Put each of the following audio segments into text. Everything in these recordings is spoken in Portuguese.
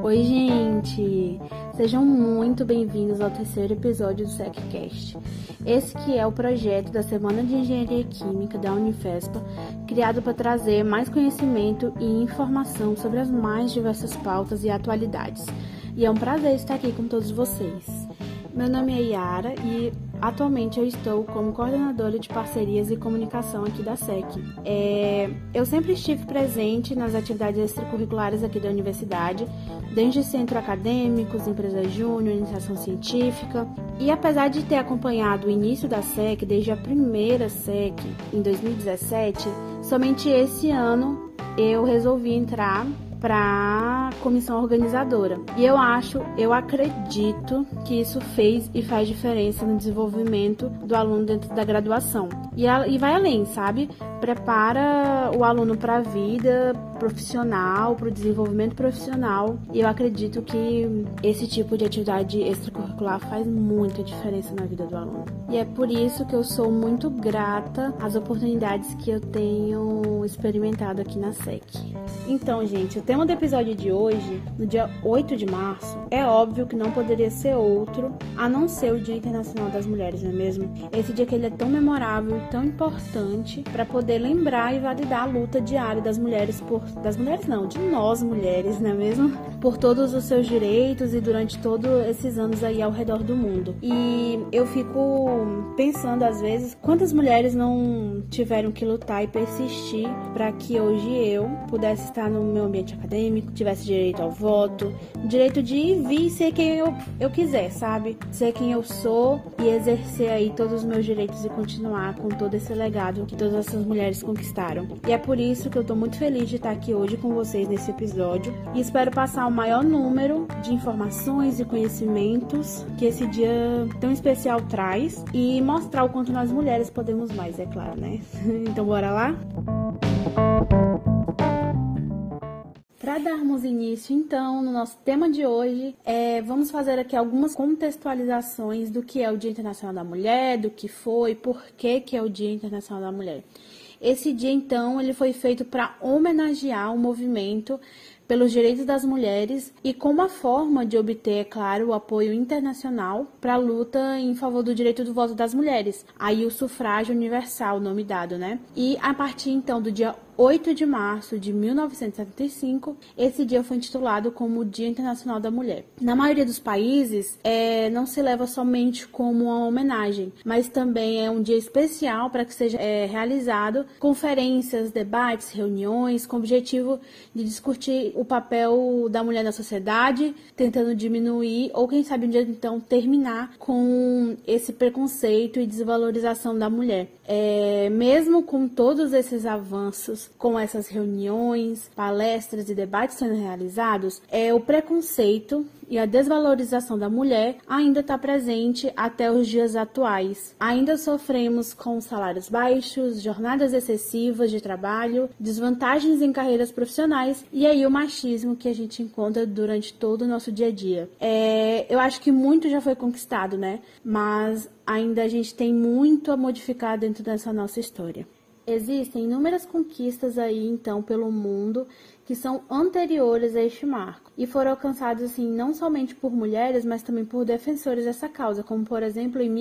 Oi, gente! Sejam muito bem-vindos ao terceiro episódio do SecCast. Esse que é o projeto da Semana de Engenharia Química da Unifespa, criado para trazer mais conhecimento e informação sobre as mais diversas pautas e atualidades. E é um prazer estar aqui com todos vocês. Meu nome é Yara e atualmente eu estou como coordenadora de parcerias e comunicação aqui da SEC. Eu sempre estive presente nas atividades extracurriculares aqui da universidade, desde centro acadêmicos, empresa júnior, iniciação científica. E apesar de ter acompanhado o início da SEC desde a primeira SEC, em 2017, somente esse ano eu resolvi entrar para a comissão organizadora. E eu acredito que isso fez e faz diferença no desenvolvimento do aluno dentro da graduação. E vai além, sabe? Prepara o aluno para a vida profissional, para o desenvolvimento profissional. E eu acredito que esse tipo de atividade extracurricular faz muita diferença na vida do aluno. E é por isso que eu sou muito grata às oportunidades que eu tenho experimentado aqui na SEC. Então, gente, o tema do episódio de hoje, no dia 8 de março, é óbvio que não poderia ser outro, a não ser o Dia Internacional das Mulheres, não é mesmo? Esse dia que ele é tão memorável e tão importante para poder lembrar e validar a luta diária de nós mulheres, não é mesmo? Por todos os seus direitos e durante todos esses anos aí ao redor do mundo. E eu fico pensando às vezes quantas mulheres não tiveram que lutar e persistir para que hoje eu pudesse estar no meu ambiente acadêmico, tivesse direito ao voto, direito de vir e ser quem eu quiser, sabe? Ser quem eu sou e exercer aí todos os meus direitos e continuar com todo esse legado que todas essas mulheres conquistaram. E é por isso que eu tô muito feliz de estar aqui hoje com vocês nesse episódio e espero passar o maior número de informações e conhecimentos que esse dia tão especial traz e mostrar o quanto nós mulheres podemos mais, é claro, né? Então bora lá? Para darmos início, então, no nosso tema de hoje, vamos fazer aqui algumas contextualizações do que é o Dia Internacional da Mulher, do que foi, por que é o Dia Internacional da Mulher. Esse dia, então, ele foi feito para homenagear o movimento pelos direitos das mulheres e como a forma de obter, é claro, o apoio internacional para a luta em favor do direito do voto das mulheres. Aí o sufrágio universal, nome dado, né? E a partir, então, do dia 8 de março de 1975, esse dia foi intitulado como o Dia Internacional da Mulher. Na maioria dos países, não se leva somente como uma homenagem, mas também é um dia especial para que seja realizado conferências, debates, reuniões, com o objetivo de discutir o papel da mulher na sociedade, tentando diminuir ou, quem sabe, um dia, então, terminar com esse preconceito e desvalorização da mulher. Mesmo com todos esses avanços, com essas reuniões, palestras e debates sendo realizados, o preconceito e a desvalorização da mulher ainda está presente até os dias atuais. Ainda sofremos com salários baixos, jornadas excessivas de trabalho, desvantagens em carreiras profissionais e aí o machismo que a gente encontra durante todo o nosso dia a dia. Eu acho que muito já foi conquistado, né? Mas ainda a gente tem muito a modificar dentro dessa nossa história. Existem inúmeras conquistas aí, então, pelo mundo que são anteriores a este marco e foram alcançadas, assim, não somente por mulheres, mas também por defensores dessa causa, como, por exemplo, em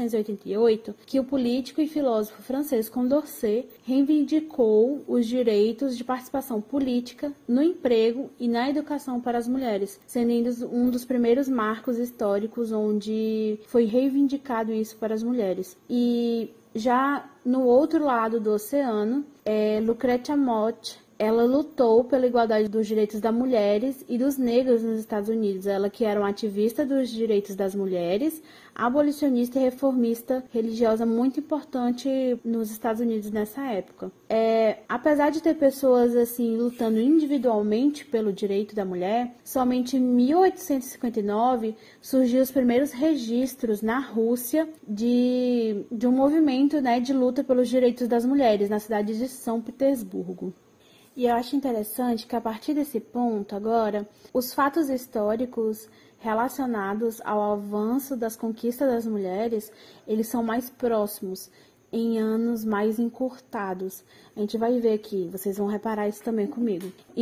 1788, que o político e filósofo francês Condorcet reivindicou os direitos de participação política no emprego e na educação para as mulheres, sendo um dos primeiros marcos históricos onde foi reivindicado isso para as mulheres. E já no outro lado do oceano, Lucretia Mott, ela lutou pela igualdade dos direitos das mulheres e dos negros nos Estados Unidos. Ela que era uma ativista dos direitos das mulheres, abolicionista e reformista religiosa muito importante nos Estados Unidos nessa época. Apesar de ter pessoas assim lutando individualmente pelo direito da mulher, somente em 1859 surgiu os primeiros registros na Rússia de um movimento, né, de luta pelos direitos das mulheres na cidade de São Petersburgo. E eu acho interessante que a partir desse ponto agora, os fatos históricos relacionados ao avanço das conquistas das mulheres, eles são mais próximos. em anos mais encurtados. A gente vai ver aqui, vocês vão reparar isso também comigo. Em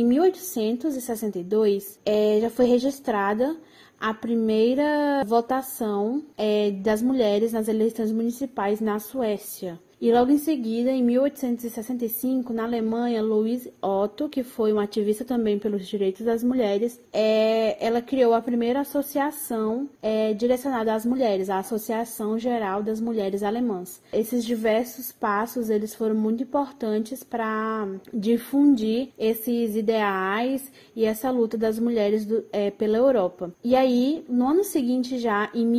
1862, já foi registrada a primeira votação das mulheres nas eleições municipais na Suécia. E logo em seguida, em 1865, na Alemanha, Louise Otto, que foi uma ativista também pelos direitos das mulheres, ela criou a primeira associação direcionada às mulheres, a Associação Geral das Mulheres Alemãs. Esses diversos passos, eles foram muito importantes para difundir esses ideais e essa luta das mulheres pela Europa. E aí, no ano seguinte já, em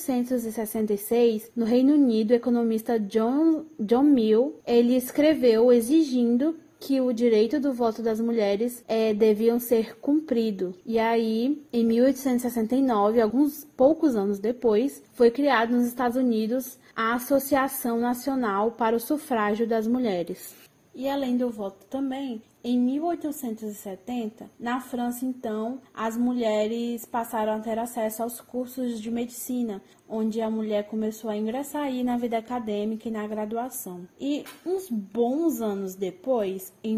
1866, no Reino Unido, o economista John Mill, ele escreveu exigindo que o direito do voto das mulheres deviam ser cumprido. E aí, em 1869, alguns poucos anos depois, foi criado nos Estados Unidos a Associação Nacional para o Sufrágio das Mulheres. E além do voto também, em 1870, na França, então, as mulheres passaram a ter acesso aos cursos de medicina, onde a mulher começou a ingressar aí na vida acadêmica e na graduação. E uns bons anos depois, em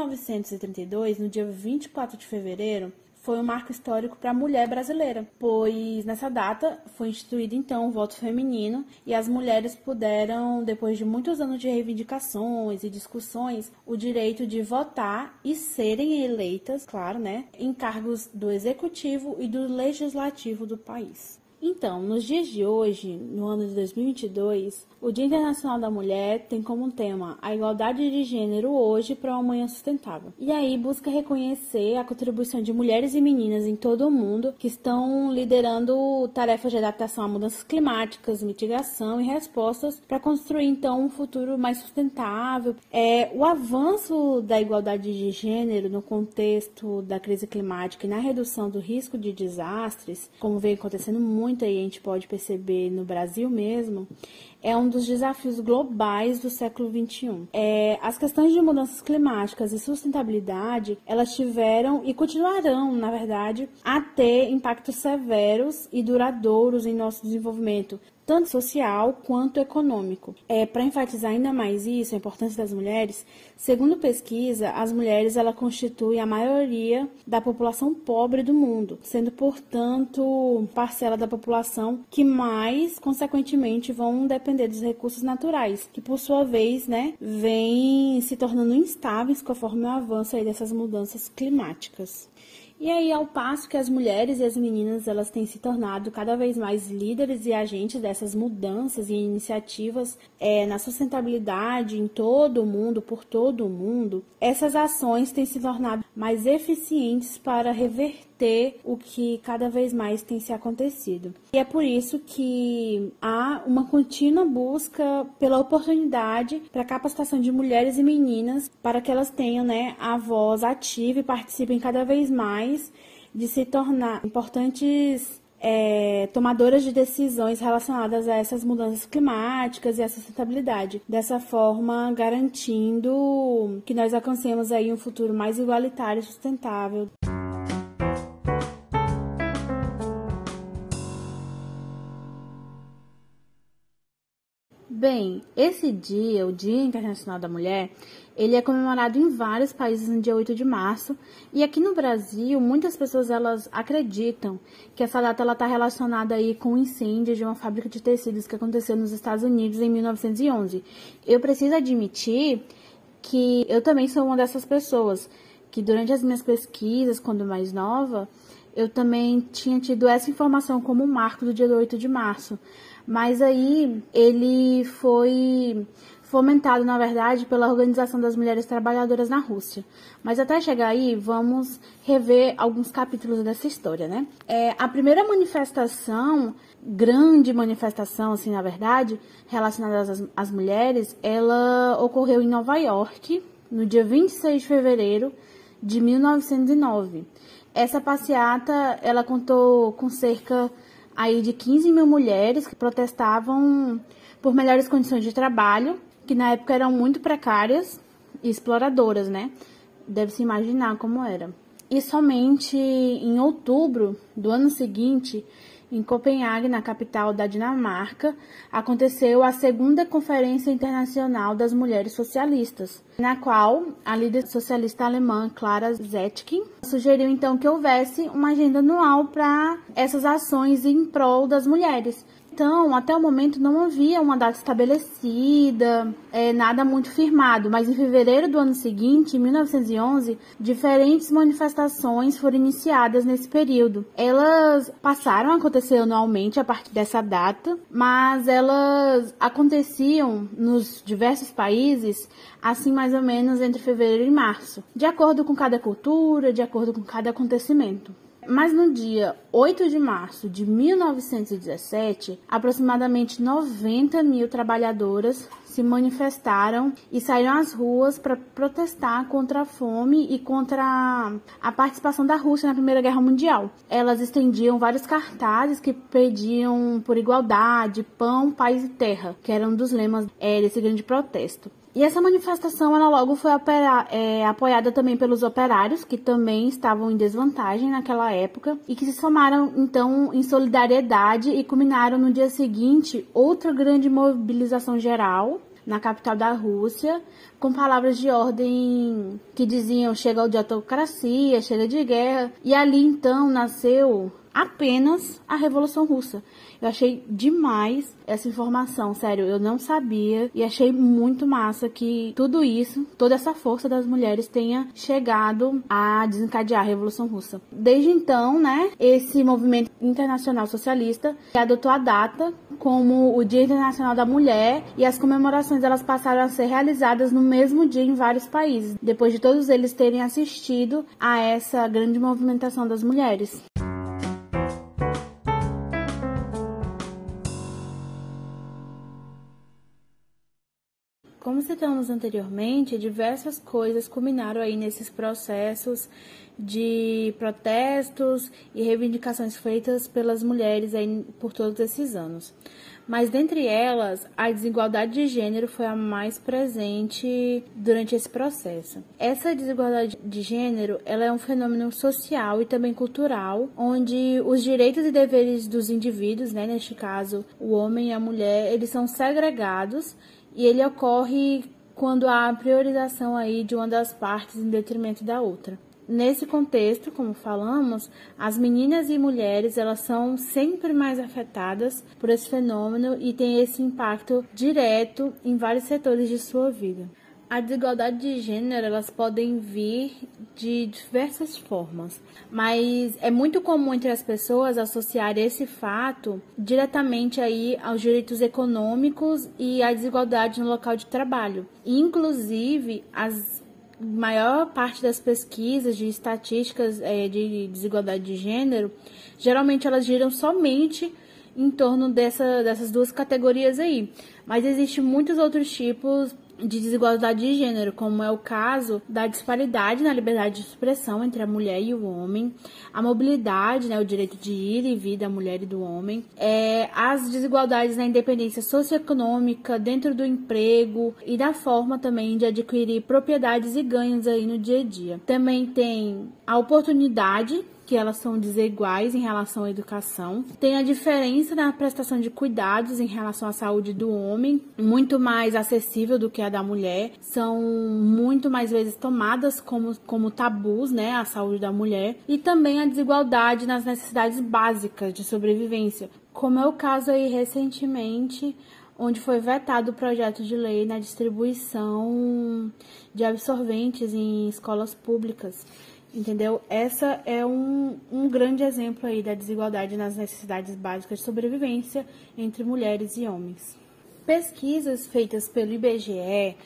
1932, no dia 24 de fevereiro, foi um marco histórico para a mulher brasileira, pois nessa data foi instituído então o voto feminino e as mulheres puderam, depois de muitos anos de reivindicações e discussões, o direito de votar e serem eleitas, claro, né, em cargos do executivo e do legislativo do país. Então, nos dias de hoje, no ano de 2022, o Dia Internacional da Mulher tem como tema a igualdade de gênero hoje para uma manhã sustentável. E aí busca reconhecer a contribuição de mulheres e meninas em todo o mundo que estão liderando tarefas de adaptação a mudanças climáticas, mitigação e respostas para construir então um futuro mais sustentável. O avanço da igualdade de gênero no contexto da crise climática e na redução do risco de desastres, como vem acontecendo muito aí, a gente pode perceber no Brasil mesmo, é um dos desafios globais do século XXI. As questões de mudanças climáticas e sustentabilidade, elas tiveram e continuarão, na verdade, a ter impactos severos e duradouros em nosso desenvolvimento, tanto social quanto econômico. Para enfatizar ainda mais isso, a importância das mulheres, segundo pesquisa, as mulheres elas constituem a maioria da população pobre do mundo, sendo, portanto, parcela da população que mais, consequentemente, vão depender dos recursos naturais, que, por sua vez, né, vêm se tornando instáveis conforme o avanço aí dessas mudanças climáticas. E aí, ao passo que as mulheres e as meninas elas têm se tornado cada vez mais líderes e agentes dessas mudanças e iniciativas na sustentabilidade em todo o mundo, por todo o mundo, essas ações têm se tornado mais eficientes para reverter o que cada vez mais tem se acontecido. E é por isso que há uma contínua busca pela oportunidade para a capacitação de mulheres e meninas para que elas tenham, né, a voz ativa e participem cada vez mais de se tornar importantes tomadoras de decisões relacionadas a essas mudanças climáticas e a sustentabilidade. Dessa forma, garantindo que nós alcancemos aí um futuro mais igualitário e sustentável. Bem, esse dia, o Dia Internacional da Mulher, ele é comemorado em vários países no dia 8 de março. E aqui no Brasil, muitas pessoas elas acreditam que essa data está relacionada aí com o incêndio de uma fábrica de tecidos que aconteceu nos Estados Unidos em 1911. Eu preciso admitir que eu também sou uma dessas pessoas, que durante as minhas pesquisas, quando mais nova, eu também tinha tido essa informação como marco do dia 8 de março. Mas aí ele foi fomentado, na verdade, pela Organização das Mulheres Trabalhadoras na Rússia. Mas até chegar aí, vamos rever alguns capítulos dessa história, né? A primeira manifestação, grande manifestação, assim, na verdade, relacionada às mulheres, ela ocorreu em Nova York, no dia 26 de fevereiro de 1909. Essa passeata, ela contou com cerca aí de 15 mil mulheres que protestavam por melhores condições de trabalho, que na época eram muito precárias e exploradoras, né? Deve-se imaginar como era. E somente em outubro do ano seguinte, em Copenhague, na capital da Dinamarca, aconteceu a segunda Conferência Internacional das Mulheres Socialistas, na qual a líder socialista alemã Clara Zetkin sugeriu então que houvesse uma agenda anual para essas ações em prol das mulheres. Então, até o momento não havia uma data estabelecida, nada muito firmado, mas em fevereiro do ano seguinte, em 1911, diferentes manifestações foram iniciadas nesse período. Elas passaram a acontecer anualmente a partir dessa data, mas elas aconteciam nos diversos países, assim mais ou menos entre fevereiro e março, de acordo com cada cultura, de acordo com cada acontecimento. Mas no dia 8 de março de 1917, aproximadamente 90 mil trabalhadoras se manifestaram e saíram às ruas para protestar contra a fome e contra a participação da Rússia na Primeira Guerra Mundial. Elas estendiam vários cartazes que pediam por igualdade, pão, paz e terra, que eram um dos lemas desse grande protesto. E essa manifestação ela logo foi apoiada também pelos operários, que também estavam em desvantagem naquela época, e que se somaram então em solidariedade e culminaram no dia seguinte outra grande mobilização geral na capital da Rússia, com palavras de ordem que diziam chega de autocracia, chega de guerra, e ali então nasceu apenas a Revolução Russa. Eu achei demais essa informação, sério, eu não sabia e achei muito massa que tudo isso, toda essa força das mulheres tenha chegado a desencadear a Revolução Russa. Desde então, né, esse movimento internacional socialista adotou a data como o Dia Internacional da Mulher e as comemorações elas passaram a ser realizadas no mesmo dia em vários países, depois de todos eles terem assistido a essa grande movimentação das mulheres. Como citamos anteriormente, diversas coisas culminaram aí nesses processos de protestos e reivindicações feitas pelas mulheres aí por todos esses anos. Mas dentre elas, a desigualdade de gênero foi a mais presente durante esse processo. Essa desigualdade de gênero, ela é um fenômeno social e também cultural, onde os direitos e deveres dos indivíduos, né, neste caso o homem e a mulher, eles são segregados. E ele ocorre quando há a priorização aí de uma das partes em detrimento da outra. Nesse contexto, como falamos, as meninas e mulheres elas são sempre mais afetadas por esse fenômeno e têm esse impacto direto em vários setores de sua vida. A desigualdade de gênero, elas podem vir de diversas formas, mas é muito comum entre as pessoas associar esse fato diretamente aí aos direitos econômicos e à desigualdade no local de trabalho. Inclusive, a maior parte das pesquisas de estatísticas de desigualdade de gênero, geralmente elas giram somente em torno dessas duas categorias aí, mas existem muitos outros tipos de desigualdade de gênero, como é o caso da disparidade na liberdade de expressão entre a mulher e o homem, a mobilidade, né, o direito de ir e vir da mulher e do homem, as desigualdades na independência socioeconômica dentro do emprego e da forma também de adquirir propriedades e ganhos aí no dia a dia. Também tem a oportunidade, que elas são desiguais em relação à educação. Tem a diferença na prestação de cuidados em relação à saúde do homem, muito mais acessível do que a da mulher. São muito mais vezes tomadas como tabus, né, a saúde da mulher. E também a desigualdade nas necessidades básicas de sobrevivência, como é o caso aí recentemente, onde foi vetado o projeto de lei na distribuição de absorventes em escolas públicas. Entendeu? Essa é um grande exemplo aí da desigualdade nas necessidades básicas de sobrevivência entre mulheres e homens. Pesquisas feitas pelo IBGE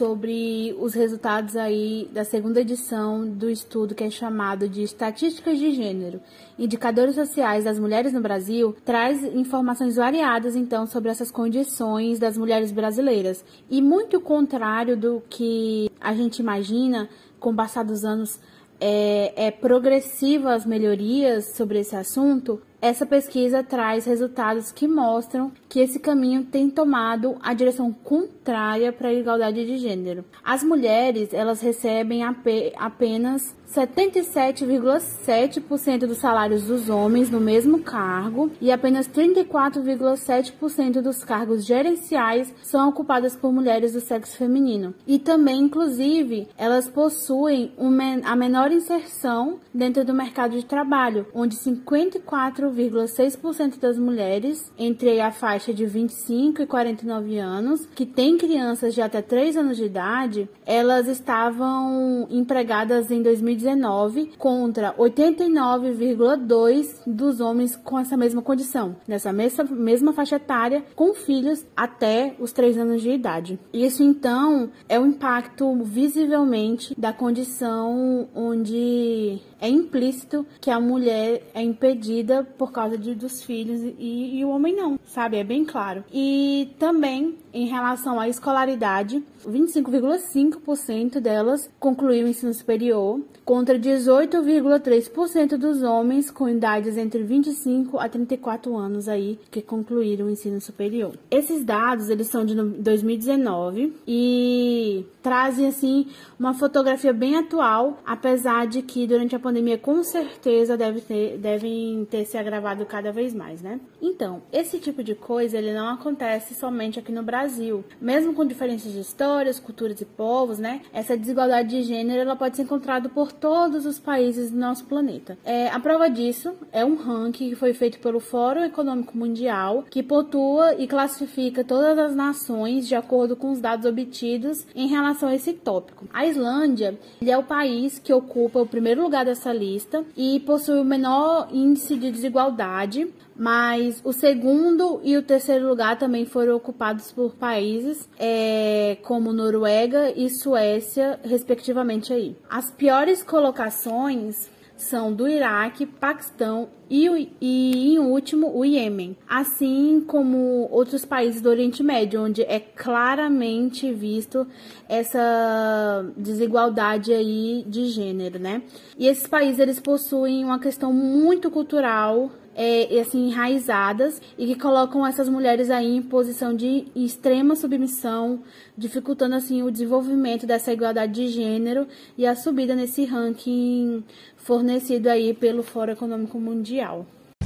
sobre os resultados aí da segunda edição do estudo que é chamado de Estatísticas de Gênero, Indicadores Sociais das Mulheres no Brasil, traz informações variadas então sobre essas condições das mulheres brasileiras. E muito contrário do que a gente imagina, com o passar dos anos, progressiva as melhorias sobre esse assunto, essa pesquisa traz resultados que mostram que esse caminho tem tomado a direção contrária para a igualdade de gênero. As mulheres, elas recebem apenas 77,7% dos salários dos homens no mesmo cargo e apenas 34,7% dos cargos gerenciais são ocupadas por mulheres do sexo feminino. E também, inclusive, elas possuem a menor inserção dentro do mercado de trabalho, onde 54,6% das mulheres entre a faixa de 25 e 49 anos, que têm crianças de até 3 anos de idade, elas estavam empregadas em 2019 contra 89,2% dos homens com essa mesma condição, nessa mesma faixa etária, com filhos até os 3 anos de idade. Isso, então, é um impacto visivelmente da condição onde é implícito que a mulher é impedida por causa dos filhos e o homem não, sabe? É bem claro. E também, em relação à escolaridade, 25,5% delas concluíram o ensino superior, contra 18,3% dos homens com idades entre 25 a 34 anos aí que concluíram o ensino superior. Esses dados, eles são de 2019 e trazem assim uma fotografia bem atual, apesar de que durante a pandemia com certeza devem ter se agravado cada vez mais, né? Então, esse tipo de coisa ele não acontece somente aqui no Brasil. Mesmo com diferenças de histórias, culturas e povos, né? Essa desigualdade de gênero ela pode ser encontrada por todos os países do nosso planeta. A prova disso é um ranking que foi feito pelo Fórum Econômico Mundial, que pontua e classifica todas as nações de acordo com os dados obtidos em relação a esse tópico. A Islândia ele é o país que ocupa o primeiro lugar dessa lista e possui o menor índice de desigualdade, mas o segundo e o terceiro lugar também foram ocupados por países como Noruega e Suécia, respectivamente aí. As piores colocações são do Iraque, Paquistão e em último, o Iêmen, assim como outros países do Oriente Médio, onde é claramente visto essa desigualdade aí de gênero, né? E esses países, eles possuem uma questão muito cultural, assim, enraizadas e que colocam essas mulheres aí em posição de extrema submissão, dificultando assim o desenvolvimento dessa igualdade de gênero e a subida nesse ranking fornecido aí pelo Fórum Econômico Mundial.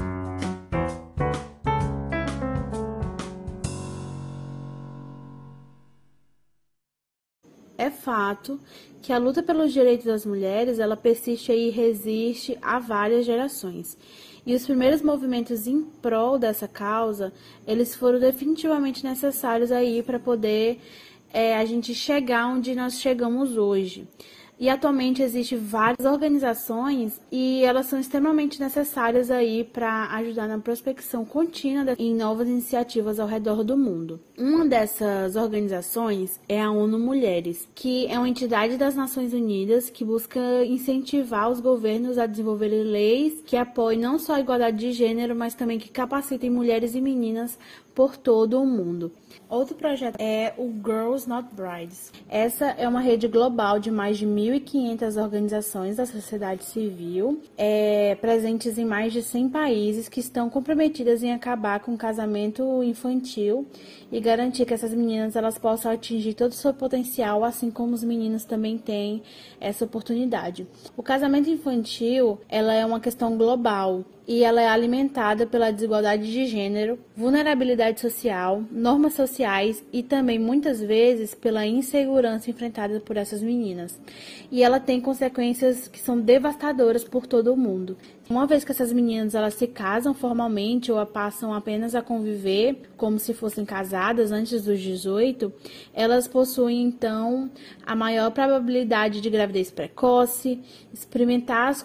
É fato que a luta pelos direitos das mulheres, ela persiste e resiste há várias gerações. E os primeiros movimentos em prol dessa causa, eles foram definitivamente necessários aí para poder a gente chegar onde nós chegamos hoje. E atualmente existem várias organizações e elas são extremamente necessárias aí para ajudar na prospecção contínua em novas iniciativas ao redor do mundo. Uma dessas organizações é a ONU Mulheres, que é uma entidade das Nações Unidas que busca incentivar os governos a desenvolverem leis que apoiem não só a igualdade de gênero, mas também que capacitem mulheres e meninas por todo o mundo. Outro projeto é o Girls Not Brides. Essa é uma rede global de mais de 1.500 organizações da sociedade civil, presentes em mais de 100 países, que estão comprometidas em acabar com o casamento infantil e garantir que essas meninas elas possam atingir todo o seu potencial, assim como os meninos também têm essa oportunidade. O casamento infantil ela é uma questão global e ela é alimentada pela desigualdade de gênero, vulnerabilidade social, normas sociais e também muitas vezes pela insegurança enfrentada por essas meninas. E ela tem consequências que são devastadoras por todo o mundo. Uma vez que essas meninas elas se casam formalmente ou passam apenas a conviver como se fossem casadas antes dos 18, elas possuem então a maior probabilidade de gravidez precoce, experimentar as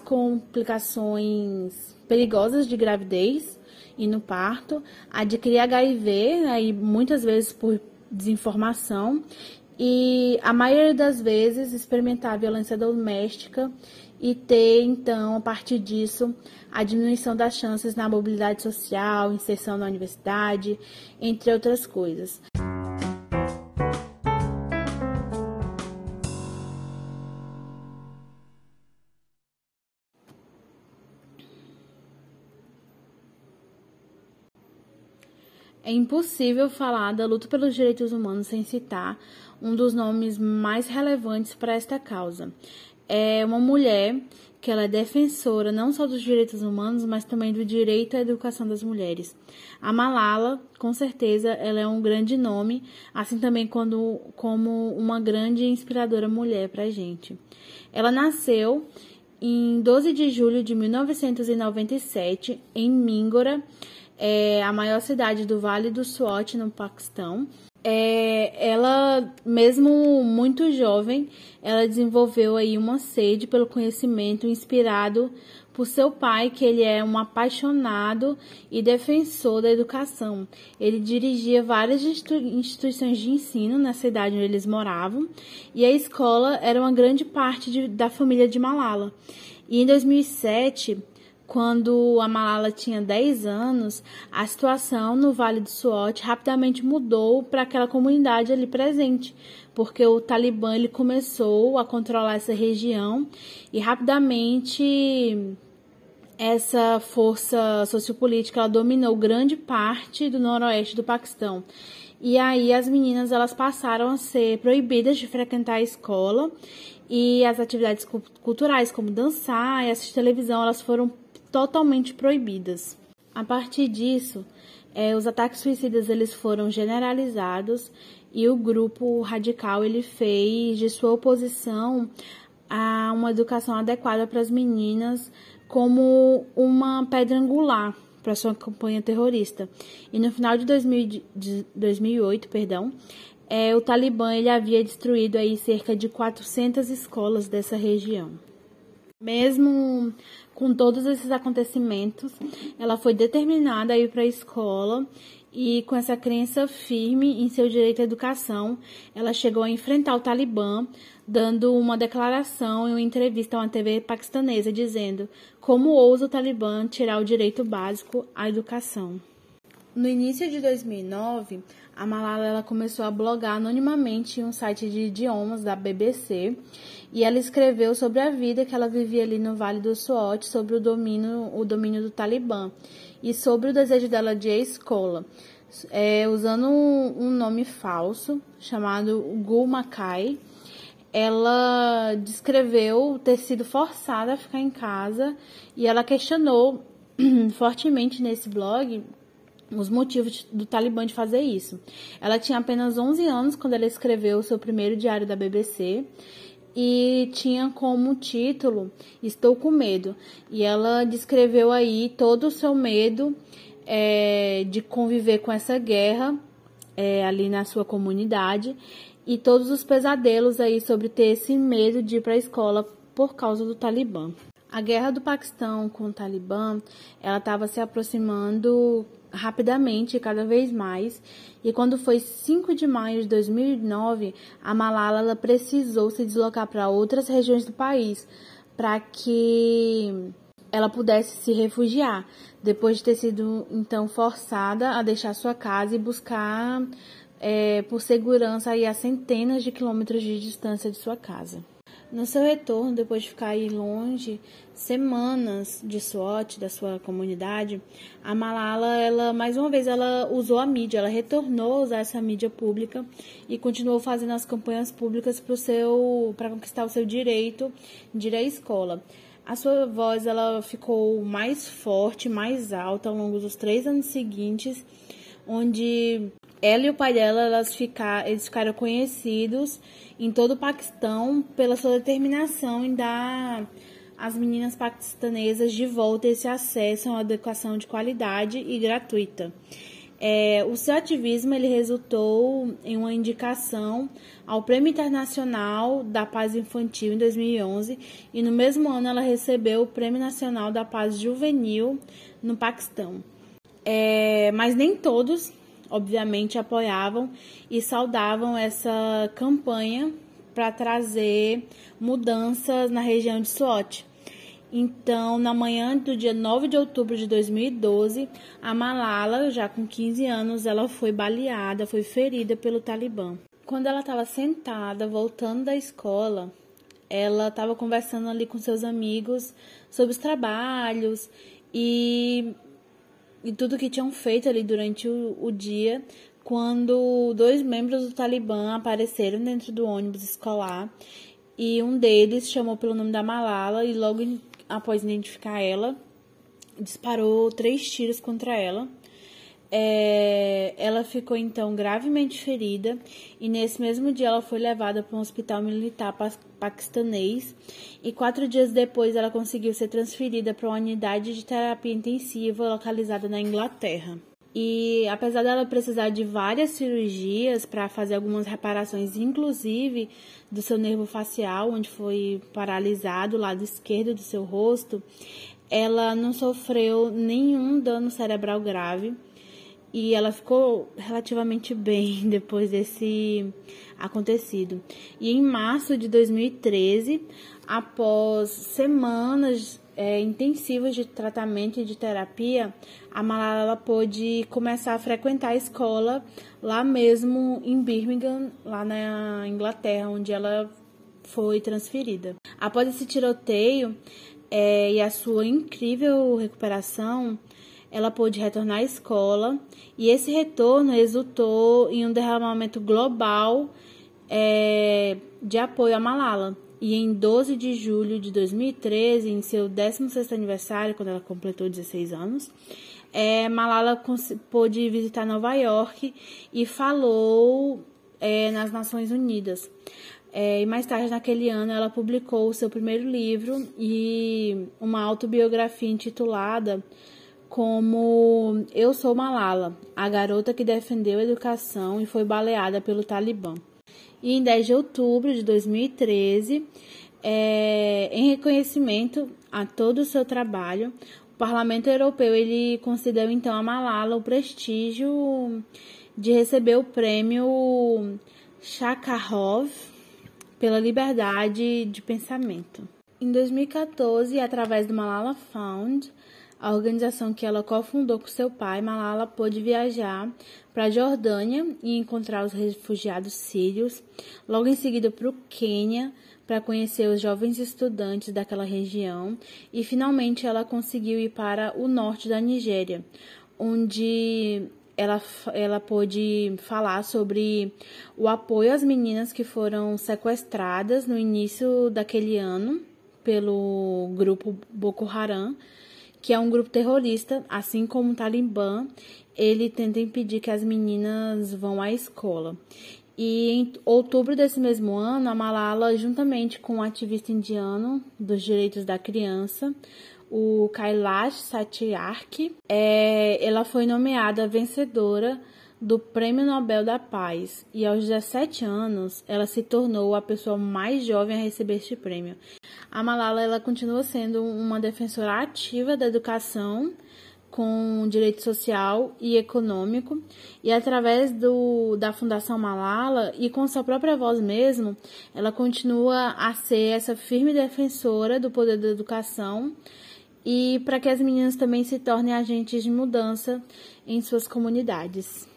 complicações perigosas de gravidez e no parto, adquirir HIV, aí muitas vezes por desinformação, e a maioria das vezes experimentar a violência doméstica e ter, então, a partir disso, a diminuição das chances na mobilidade social, inserção na universidade, entre outras coisas. É impossível falar da luta pelos direitos humanos sem citar um dos nomes mais relevantes para esta causa. É uma mulher que ela é defensora não só dos direitos humanos, mas também do direito à educação das mulheres. A Malala, com certeza, ela é um grande nome, assim também como uma grande e inspiradora mulher para a gente. Ela nasceu em 12 de julho de 1997, em Mingora, a maior cidade do Vale do Swat, no Paquistão. Ela, mesmo muito jovem, ela desenvolveu aí uma sede pelo conhecimento, inspirado por seu pai, que ele é um apaixonado e defensor da educação. Ele dirigia várias instituições de ensino na cidade onde eles moravam, e a escola era uma grande parte da família de Malala. E em 2007, quando a Malala tinha 10 anos, a situação no Vale do Swat rapidamente mudou para aquela comunidade ali presente, porque o Talibã ele começou a controlar essa região e rapidamente essa força sociopolítica ela dominou grande parte do noroeste do Paquistão. E aí as meninas elas passaram a ser proibidas de frequentar a escola e as atividades culturais como dançar e assistir televisão elas foram totalmente proibidas. A partir disso, os ataques suicidas eles foram generalizados e o grupo radical ele fez de sua oposição a uma educação adequada para as meninas como uma pedra angular para sua campanha terrorista. E no final de 2008, o Talibã ele havia destruído aí cerca de 400 escolas dessa região. Mesmo com todos esses acontecimentos, ela foi determinada a ir para a escola e com essa crença firme em seu direito à educação, ela chegou a enfrentar o Talibã, dando uma declaração em uma entrevista a uma TV paquistanesa, dizendo como ousa o Talibã tirar o direito básico à educação. No início de 2009, a Malala ela começou a blogar anonimamente em um site de idiomas da BBC e ela escreveu sobre a vida que ela vivia ali no Vale do Swat, sobre o domínio do Talibã e sobre o desejo dela de ir à escola, usando um nome falso chamado Gul Makai. Ela descreveu ter sido forçada a ficar em casa e ela questionou fortemente nesse blog os motivos do Talibã de fazer isso. Ela tinha apenas 11 anos quando ela escreveu o seu primeiro diário da BBC e tinha como título Estou com medo. E ela descreveu aí todo o seu medo de conviver com essa guerra ali na sua comunidade e todos os pesadelos aí sobre ter esse medo de ir para a escola por causa do Talibã. A guerra do Paquistão com o Talibã, ela estava se aproximando rapidamente, cada vez mais, e quando foi 5 de maio de 2009, a Malala ela precisou se deslocar para outras regiões do país para que ela pudesse se refugiar, depois de ter sido então forçada a deixar sua casa e buscar por segurança aí a centenas de quilômetros de distância de sua casa. No seu retorno, depois de ficar aí longe, semanas de SWAT, da sua comunidade, a Malala, ela mais uma vez, ela usou a mídia, ela retornou a usar essa mídia pública e continuou fazendo as campanhas públicas para conquistar o seu direito de ir à escola. A sua voz, ela ficou mais forte, mais alta ao longo dos 3 anos seguintes, onde ela e o pai dela, eles ficaram conhecidos em todo o Paquistão pela sua determinação em dar às meninas paquistanesas de volta esse acesso a uma educação de qualidade e gratuita. O seu ativismo ele resultou em uma indicação ao Prêmio Internacional da Paz Infantil em 2011 e no mesmo ano ela recebeu o Prêmio Nacional da Paz Juvenil no Paquistão. Mas nem todos obviamente apoiavam e saudavam essa campanha para trazer mudanças na região de Swat. Então, na manhã do dia 9 de outubro de 2012, a Malala, já com 15 anos, ela foi baleada, foi ferida pelo Talibã. Quando ela estava sentada, voltando da escola, ela estava conversando ali com seus amigos sobre os trabalhos e e tudo que tinham feito ali durante o dia, quando 2 membros do Talibã apareceram dentro do ônibus escolar e um deles chamou pelo nome da Malala e logo após identificar ela, disparou 3 tiros contra ela. Ela ficou então gravemente ferida e nesse mesmo dia ela foi levada para um hospital militar paquistanês e 4 dias depois ela conseguiu ser transferida para uma unidade de terapia intensiva localizada na Inglaterra. E apesar dela precisar de várias cirurgias para fazer algumas reparações, inclusive do seu nervo facial, onde foi paralisado o lado esquerdo do seu rosto, ela não sofreu nenhum dano cerebral grave. E ela ficou relativamente bem depois desse acontecido. E em março de 2013, após semanas intensivas de tratamento e de terapia, a Malala pôde começar a frequentar a escola lá mesmo em Birmingham, lá na Inglaterra, onde ela foi transferida. Após esse tiroteio e a sua incrível recuperação, ela pôde retornar à escola e esse retorno resultou em um derramamento global de apoio a Malala. E em 12 de julho de 2013, em seu 16º aniversário, quando ela completou 16 anos, Malala pôde visitar Nova York e falou nas Nações Unidas. E mais tarde, naquele ano, ela publicou o seu primeiro livro e uma autobiografia intitulada como Eu Sou Malala, a garota que defendeu a educação e foi baleada pelo Talibã. E em 10 de outubro de 2013, em reconhecimento a todo o seu trabalho, o Parlamento Europeu ele concedeu então a Malala o prestígio de receber o prêmio Sakharov pela liberdade de pensamento. Em 2014, através do Malala Fund, a organização que ela cofundou com seu pai, Malala pôde viajar para a Jordânia e encontrar os refugiados sírios, logo em seguida para o Quênia, para conhecer os jovens estudantes daquela região, e finalmente ela conseguiu ir para o norte da Nigéria, onde ela pôde falar sobre o apoio às meninas que foram sequestradas no início daquele ano pelo grupo Boko Haram, que é um grupo terrorista, assim como o Talibã. Ele tenta impedir que as meninas vão à escola. E em outubro desse mesmo ano, a Malala, juntamente com um ativista indiano dos direitos da criança, o Kailash Satyarthi, ela foi nomeada vencedora do Prêmio Nobel da Paz. E aos 17 anos, ela se tornou a pessoa mais jovem a receber este prêmio. A Malala ela continua sendo uma defensora ativa da educação, com direito social e econômico, e através da Fundação Malala e com sua própria voz mesmo, ela continua a ser essa firme defensora do poder da educação e para que as meninas também se tornem agentes de mudança em suas comunidades.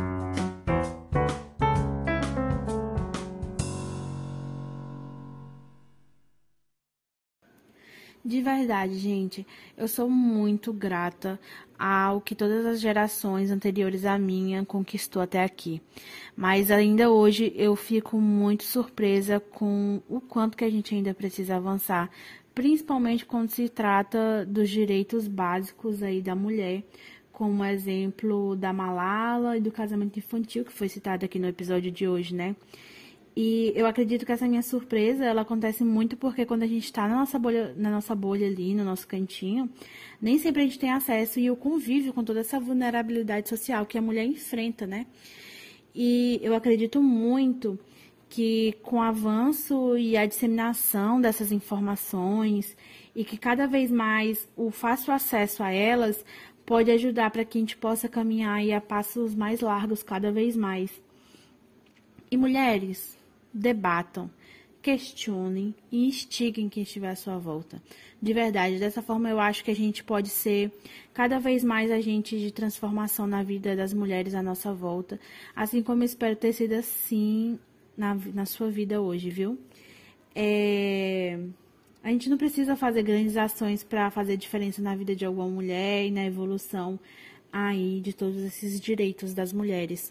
De verdade, gente, eu sou muito grata ao que todas as gerações anteriores à minha conquistou até aqui. Mas ainda hoje eu fico muito surpresa com o quanto que a gente ainda precisa avançar, principalmente quando se trata dos direitos básicos aí da mulher, como exemplo da Malala e do casamento infantil, que foi citado aqui no episódio de hoje, né? E eu acredito que essa minha surpresa, ela acontece muito porque quando a gente está na nossa bolha ali, no nosso cantinho, nem sempre a gente tem acesso e o convívio com toda essa vulnerabilidade social que a mulher enfrenta, né? E eu acredito muito que com o avanço e a disseminação dessas informações e que cada vez mais o fácil acesso a elas pode ajudar para que a gente possa caminhar aí a passos mais largos cada vez mais. E mulheres, debatam, questionem e instiguem quem estiver à sua volta. De verdade, dessa forma eu acho que a gente pode ser cada vez mais agente de transformação na vida das mulheres à nossa volta, assim como eu espero ter sido assim na sua vida hoje, viu? A gente não precisa fazer grandes ações para fazer diferença na vida de alguma mulher e na evolução aí de todos esses direitos das mulheres.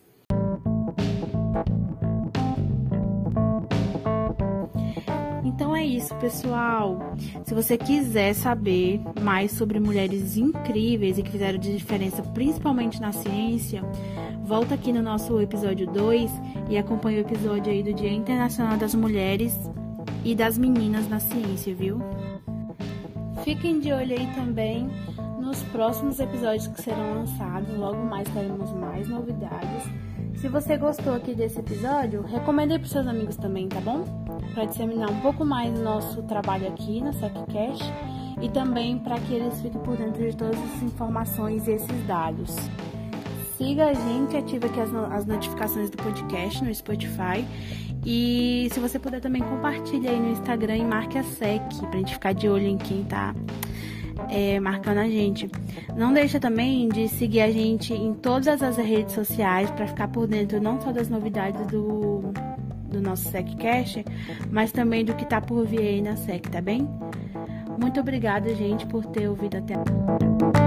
Então é isso, pessoal. Se você quiser saber mais sobre mulheres incríveis e que fizeram diferença principalmente na ciência, volta aqui no nosso episódio 2 e acompanha o episódio aí do Dia Internacional das Mulheres e das Meninas na Ciência, viu? Fiquem de olho aí também nos próximos episódios que serão lançados. Logo mais teremos mais novidades. Se você gostou aqui desse episódio, recomende aí para seus amigos também, tá bom? Para disseminar um pouco mais o nosso trabalho aqui na SecCast e também para que eles fiquem por dentro de todas as informações e esses dados. Siga a gente, ative aqui as notificações do podcast no Spotify. E se você puder também, compartilhe aí no Instagram e marque a Sec, pra gente ficar de olho em quem tá marcando a gente. Não deixa também de seguir a gente em todas as redes sociais para ficar por dentro não só das novidades do nosso SecCast, mas também do que tá por vir aí na Sec, tá bem? Muito obrigada, gente, por ter ouvido até agora.